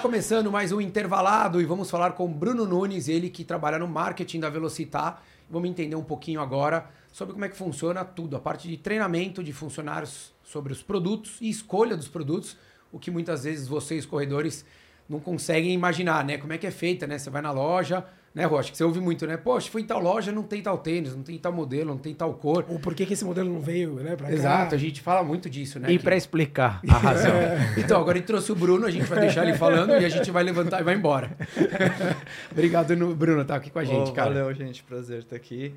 começando mais um Intervalado e vamos falar com Bruno Nunes, ele que trabalha no marketing da Velocitar. Vamos entender um pouquinho agora sobre como é que funciona tudo, a parte de treinamento de funcionários sobre os produtos e escolha dos produtos, o que muitas vezes vocês, corredores, não conseguem imaginar, né? Como é que é feita, né? Você vai na loja, né, Rocha? Que você ouve muito, né? Poxa, fui em tal loja, não tem tal tênis, não tem tal modelo, não tem tal cor. Ou por que esse modelo não veio, né, pra cá? Exato, a gente fala muito disso, né? E para explicar a razão. Então, agora ele trouxe o Bruno, a gente vai deixar ele falando e a gente vai levantar e vai embora. Obrigado, Bruno, tá aqui com a gente, cara. Valeu, gente. Prazer estar aqui.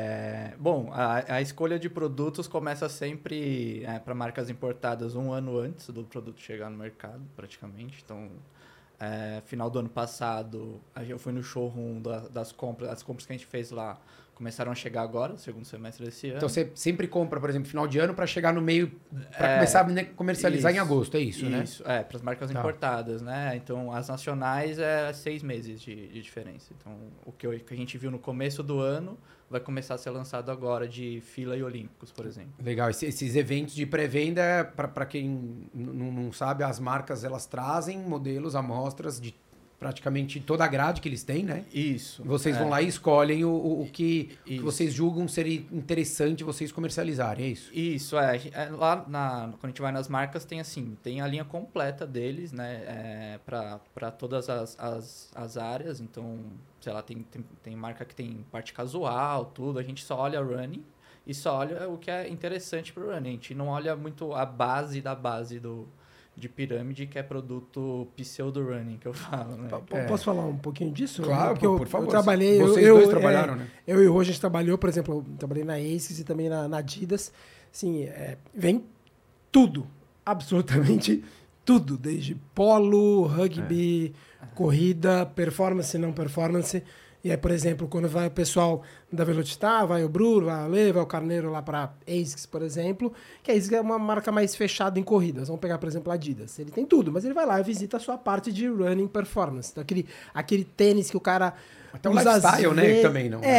Bom, a escolha de produtos começa sempre para marcas importadas um ano antes do produto chegar no mercado, praticamente. Então, final do ano passado, eu fui no showroom das compras. As compras que a gente fez lá começaram a chegar agora, no segundo semestre desse ano. Então você sempre compra, por exemplo, final de ano para chegar no meio, para começar a comercializar em agosto, é isso, né? Isso, para as marcas importadas, né? Então, as nacionais 6 meses de diferença. Então, o que a gente viu no começo do ano vai começar a ser lançado agora de Fila e Olímpicos, por exemplo. Legal. Esses eventos de pré-venda, para quem não sabe, as marcas elas trazem modelos, amostras de praticamente toda a grade que eles têm, né? Isso. E vocês vão lá e escolhem o que vocês julgam ser interessante vocês comercializarem, é isso? Isso, lá quando a gente vai nas marcas, tem a linha completa deles, né? Para todas as áreas. Então, sei lá, tem marca que tem parte casual, tudo. A gente só olha running e só olha o que é interessante para o running. A gente não olha muito a base da base de pirâmide, que é produto pseudo-running, que eu falo, né? Posso falar um pouquinho disso? Claro, porque por favor. Eu trabalhei... Vocês dois trabalharam, né? Eu e o Rô, a gente trabalhou, por exemplo, eu trabalhei na ASICS e também na Adidas. Assim, vem tudo, absolutamente tudo, desde polo, rugby, corrida, performance e não performance. E aí, por exemplo, quando vai o pessoal da Velocitar, vai o Bruno, vai o Ale, vai o Carneiro lá para ASICS, por exemplo, que a ASICS é uma marca mais fechada em corridas. Vamos pegar, por exemplo, a Adidas. Ele tem tudo, mas ele vai lá e visita a sua parte de running performance. Então, aquele tênis que o cara... Até o lifestyle, né? Também não.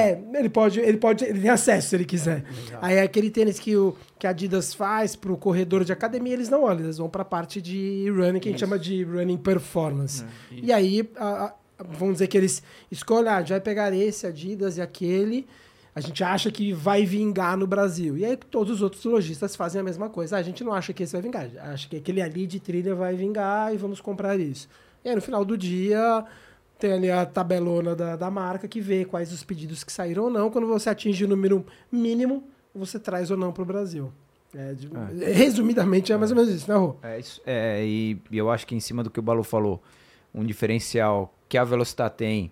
Ele tem acesso se ele quiser. Legal. Aí aquele tênis que a Adidas faz pro corredor de academia, eles não olham, eles vão para a parte de running, que a gente chama de running performance. E aí... vamos dizer que eles escolhem, a gente vai pegar esse, Adidas e aquele, a gente acha que vai vingar no Brasil. E aí todos os outros lojistas fazem a mesma coisa. A gente não acha que esse vai vingar, acha que aquele ali de trilha vai vingar e vamos comprar isso. E aí no final do dia tem ali a tabelona da marca que vê quais os pedidos que saíram ou não. Quando você atinge o número mínimo, você traz ou não para o Brasil. Resumidamente é mais ou menos isso, né, Rô? E eu acho que em cima do que o Balu falou, um diferencial que a Velocitar tem,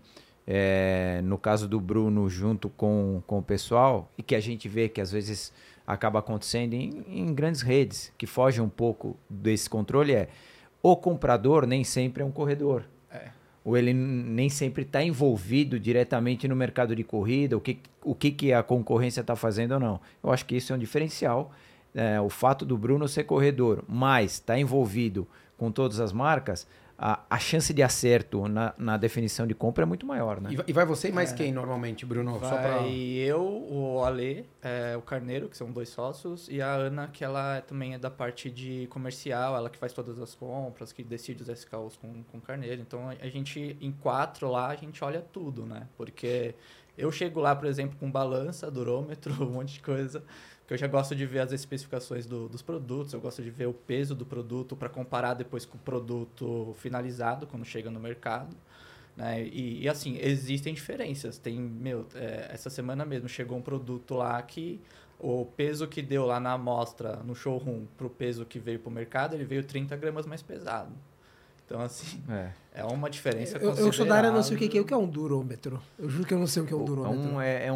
no caso do Bruno, junto com o pessoal, e que a gente vê que às vezes acaba acontecendo em grandes redes, que fogem um pouco desse controle, o comprador nem sempre é um corredor. Ou ele nem sempre está envolvido diretamente no mercado de corrida, o que a concorrência está fazendo ou não. Eu acho que isso é um diferencial. O fato do Bruno ser corredor, mas estar envolvido com todas as marcas, a chance de acerto na definição de compra é muito maior, né? E vai você e mais quem normalmente, Bruno? Eu, o Ale, o Carneiro, que são 2 sócios, e a Ana, que ela também é da parte de comercial, ela que faz todas as compras, que decide os SKUs com o Carneiro. Então, a gente, em 4 lá, a gente olha tudo, né? Porque eu chego lá, por exemplo, com balança, durômetro, um monte de coisa, que eu já gosto de ver as especificações dos produtos, eu gosto de ver o peso do produto para comparar depois com o produto finalizado, quando chega no mercado. Né? E assim, existem diferenças. Essa semana mesmo chegou um produto lá que o peso que deu lá na amostra, no showroom, para o peso que veio para o mercado, ele veio 30 gramas mais pesado. Então, assim, é uma diferença considerável. Eu sou da área, não sei o que é um durômetro. Eu juro que eu não sei o que é um durômetro.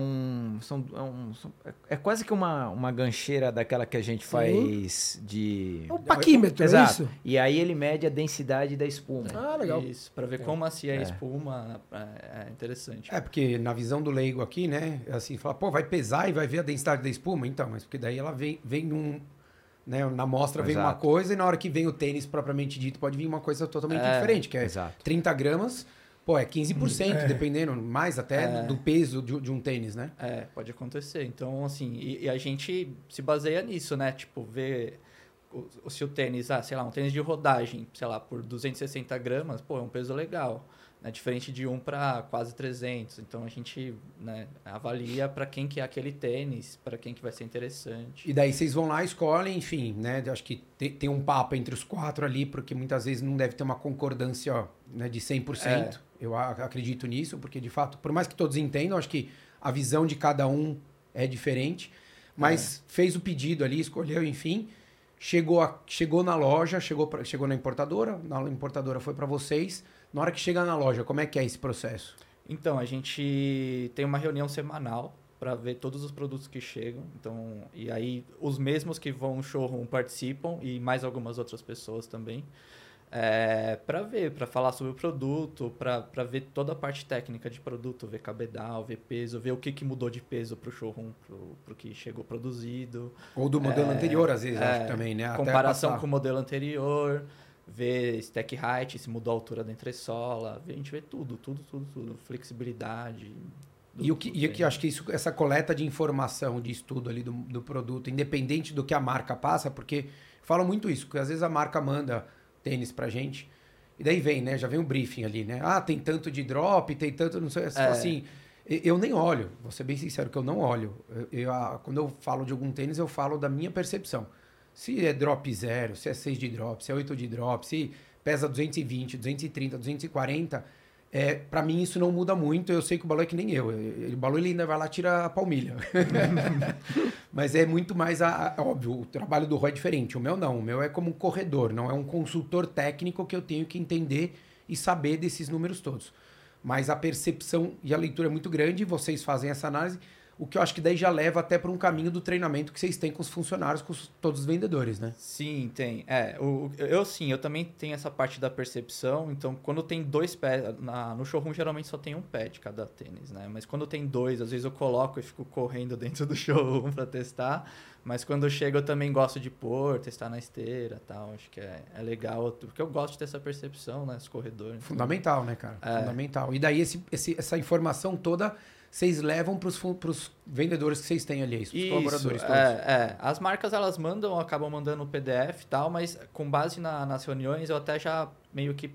É quase que uma gancheira daquela que a gente faz de... É um paquímetro, Exato. É isso? E aí ele mede a densidade da espuma. Ah, legal. Isso, para ver como macia é a espuma, é interessante. Porque na visão do leigo aqui, né, assim, fala, vai pesar e vai ver a densidade da espuma? Então, mas porque daí ela vem né, na amostra vem uma coisa e na hora que vem o tênis propriamente dito pode vir uma coisa totalmente diferente, que é 30 gramas, é 15%, dependendo, mais até do peso de um tênis, né? Pode acontecer. Então, assim, e a gente se baseia nisso, né? Tipo, ver se o tênis, sei lá, um tênis de rodagem, sei lá, por 260 gramas, pô, é um peso legal. Né? Diferente de 1 para quase 300. Então a gente, né, avalia para quem que é aquele tênis, para quem que vai ser interessante. E daí vocês vão lá, escolhem, enfim, né? Acho que tem um papo entre os 4 ali, porque muitas vezes não deve ter uma concordância, né, de 100%. Eu acredito nisso, porque de fato, por mais que todos entendam, acho que a visão de cada um é diferente. Mas fez o pedido ali, escolheu, enfim, chegou na loja, chegou na importadora foi para vocês. Na hora que chega na loja, como é que é esse processo? Então, a gente tem uma reunião semanal para ver todos os produtos que chegam. Então, e aí os mesmos que vão no showroom participam e mais algumas outras pessoas também. Para falar sobre o produto, para ver toda a parte técnica de produto, ver cabedal, ver peso, ver o que mudou de peso para o showroom, para o que chegou produzido. Ou do modelo anterior, às vezes, acho que também, né? Comparação com o modelo anterior, ver stack height, se mudou a altura da entressola, a gente vê tudo, flexibilidade. E o que acho que essa coleta de informação, de estudo ali do produto, independente do que a marca passa, porque falam muito isso, porque às vezes a marca manda tênis pra gente, e daí vem, né? Já vem um briefing ali, né? Tem tanto de drop, tem tanto, não sei, assim, eu nem olho, vou ser bem sincero que eu não olho. Quando eu falo de algum tênis, eu falo da minha percepção. Se é drop 0, se é 6 de drop, se é 8 de drop, se pesa 220, 230, 240, pra mim isso não muda muito. Eu sei que o Balu é que nem eu. O Balu ele ainda vai lá e tira a palmilha. Mas é muito mais, óbvio, o trabalho do Roy é diferente. O meu não. O meu é como um corredor, não é um consultor técnico que eu tenho que entender e saber desses números todos. Mas a percepção e a leitura é muito grande, vocês fazem essa análise. O que eu acho que daí já leva até para um caminho do treinamento que vocês têm com os funcionários, com todos os vendedores, né? Sim, tem. Eu também tenho essa parte da percepção. Então, quando tem 2 pés, no showroom geralmente só tem um pé de cada tênis, né? Mas quando tem 2, às vezes eu coloco e fico correndo dentro do showroom para testar. Mas quando eu chego eu também gosto de testar na esteira e tal. Acho que é legal, porque eu gosto de ter essa percepção, né? Os corredores. Fundamental, né, cara? Fundamental. E daí essa informação toda vocês levam para os vendedores que vocês têm ali, os colaboradores todos. As marcas, elas acabam mandando o PDF e tal, mas com base nas reuniões, eu até já meio que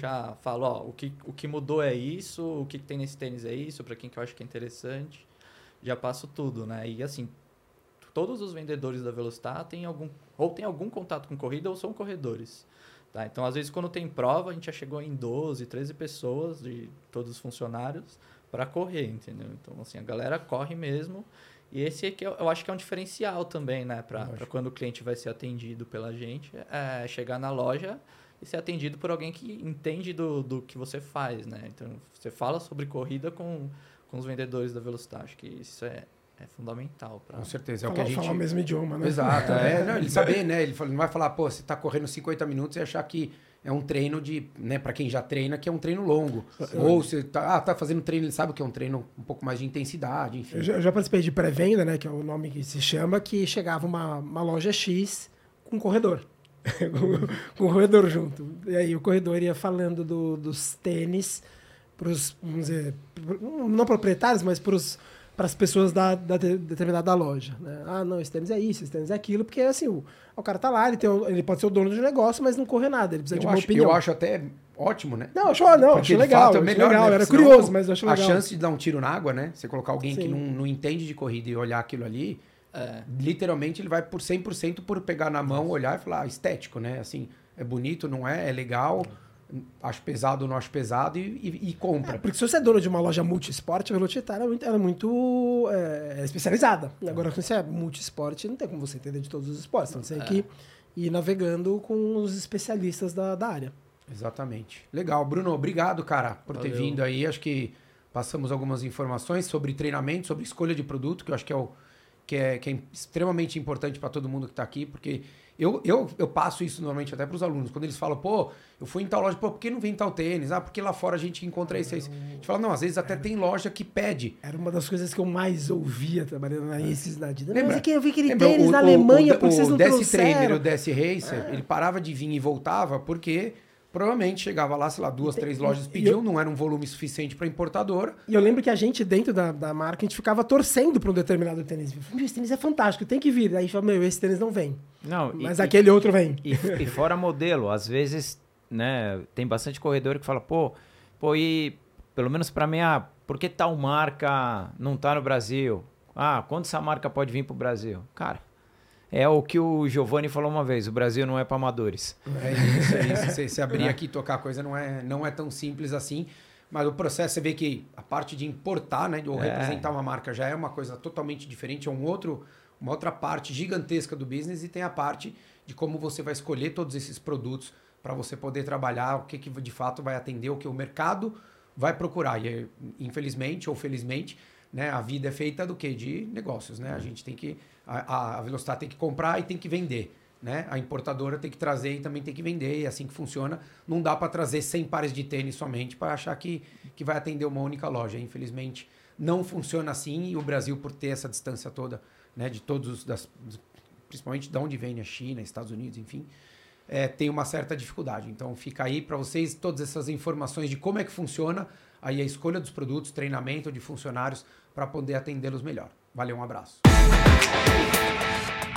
falo, o que mudou é isso, o que tem nesse tênis é isso, para quem que eu acho que é interessante. Já passo tudo, né? E assim, todos os vendedores da Velocitar têm algum contato com corrida ou são corredores. Tá? Então, às vezes, quando tem prova, a gente já chegou em 12, 13 pessoas de todos os funcionários para correr, entendeu? Então, assim, a galera corre mesmo. E esse aqui eu acho que é um diferencial também, né? Para quando o cliente vai ser atendido pela gente, chegar na loja e ser atendido por alguém que entende do que você faz, né? Então, você fala sobre corrida com os vendedores da Velocitar. Acho que isso é fundamental. Com certeza. É o que a gente... Falar o mesmo idioma, né? Exato. Ele saber, né? Ele não vai falar, você tá correndo 50 minutos e achar que é um treino né, para quem já treina, que é um treino longo. Ou você tá fazendo treino, ele sabe que é um treino um pouco mais de intensidade, enfim. Eu já participei de pré-venda, né, que é o nome que se chama, que chegava uma loja X com um corredor. com um corredor junto. E aí o corredor ia falando dos tênis pros, vamos dizer, não proprietários, mas para as pessoas da determinada loja. Né? Não, esse tênis é isso, esse tênis é aquilo, porque assim, o cara tá lá, ele pode ser o dono de negócio, mas não corre nada, ele precisa de uma opinião. Eu acho até ótimo, né? Acho legal, é melhor, legal, né? era curioso, mas eu acho legal. A chance de dar um tiro na água, né? Você colocar alguém que não entende de corrida e olhar aquilo ali, literalmente ele vai por 100% por pegar na mão, olhar e falar, estético, né? Assim, é bonito, não é legal... Acho pesado ou não acho pesado e compra. Porque se você é dono de uma loja multisport, a Velocitar é muito especializada. Agora, se você é multisport, não tem como você entender de todos os esportes. Então, você tem que ir navegando com os especialistas da área. Exatamente. Legal. Bruno, obrigado, cara, por ter vindo aí. Acho que passamos algumas informações sobre treinamento, sobre escolha de produto, que eu acho que é extremamente importante para todo mundo que está aqui, porque... Eu passo isso normalmente até para os alunos. Quando eles falam, eu fui em tal loja, por que não vem tal tênis? Porque lá fora a gente encontra isso. A gente fala, não, às vezes até tem loja que pede. Era uma das coisas que eu mais ouvia trabalhando na Aces, na Adidas. Lembra? Eu vi aquele tênis na Alemanha, porque vocês não trouxeram. O DS Trainer, o DS Racer, ele parava de vir e voltava porque Provavelmente chegava lá, sei lá, 2, 3 lojas pediam, não era um volume suficiente para importadora. E eu lembro que a gente, dentro da marca, a gente ficava torcendo para um determinado tênis. Esse tênis é fantástico, tem que vir. Aí fala, meu, esse tênis não vem. Não, mas aquele outro vem. E fora modelo, às vezes, né, tem bastante corredor que fala, pô, e pelo menos para mim, por que tal marca não tá no Brasil? Quando essa marca pode vir pro Brasil? Cara, é o que o Giovanni falou uma vez, o Brasil não é para amadores. É isso. Se abrir aqui e tocar a coisa não é tão simples assim. Mas o processo, você vê que a parte de importar, né, ou representar uma marca já é uma coisa totalmente diferente, é uma outra parte gigantesca do business, e tem a parte de como você vai escolher todos esses produtos para você poder trabalhar o que de fato vai atender o que o mercado vai procurar. E infelizmente ou felizmente, né, a vida é feita do quê? De negócios, né? A gente tem que... A Velocitar tem que comprar e tem que vender, né? A importadora tem que trazer e também tem que vender, e é assim que funciona. Não dá para trazer 100 pares de tênis somente para achar que vai atender uma única loja. Infelizmente, não funciona assim, e o Brasil, por ter essa distância toda, né, de todos, principalmente de onde vem a China, Estados Unidos, enfim, tem uma certa dificuldade. Então, fica aí para vocês todas essas informações de como é que funciona aí a escolha dos produtos, treinamento de funcionários para poder atendê-los melhor. Valeu, um abraço.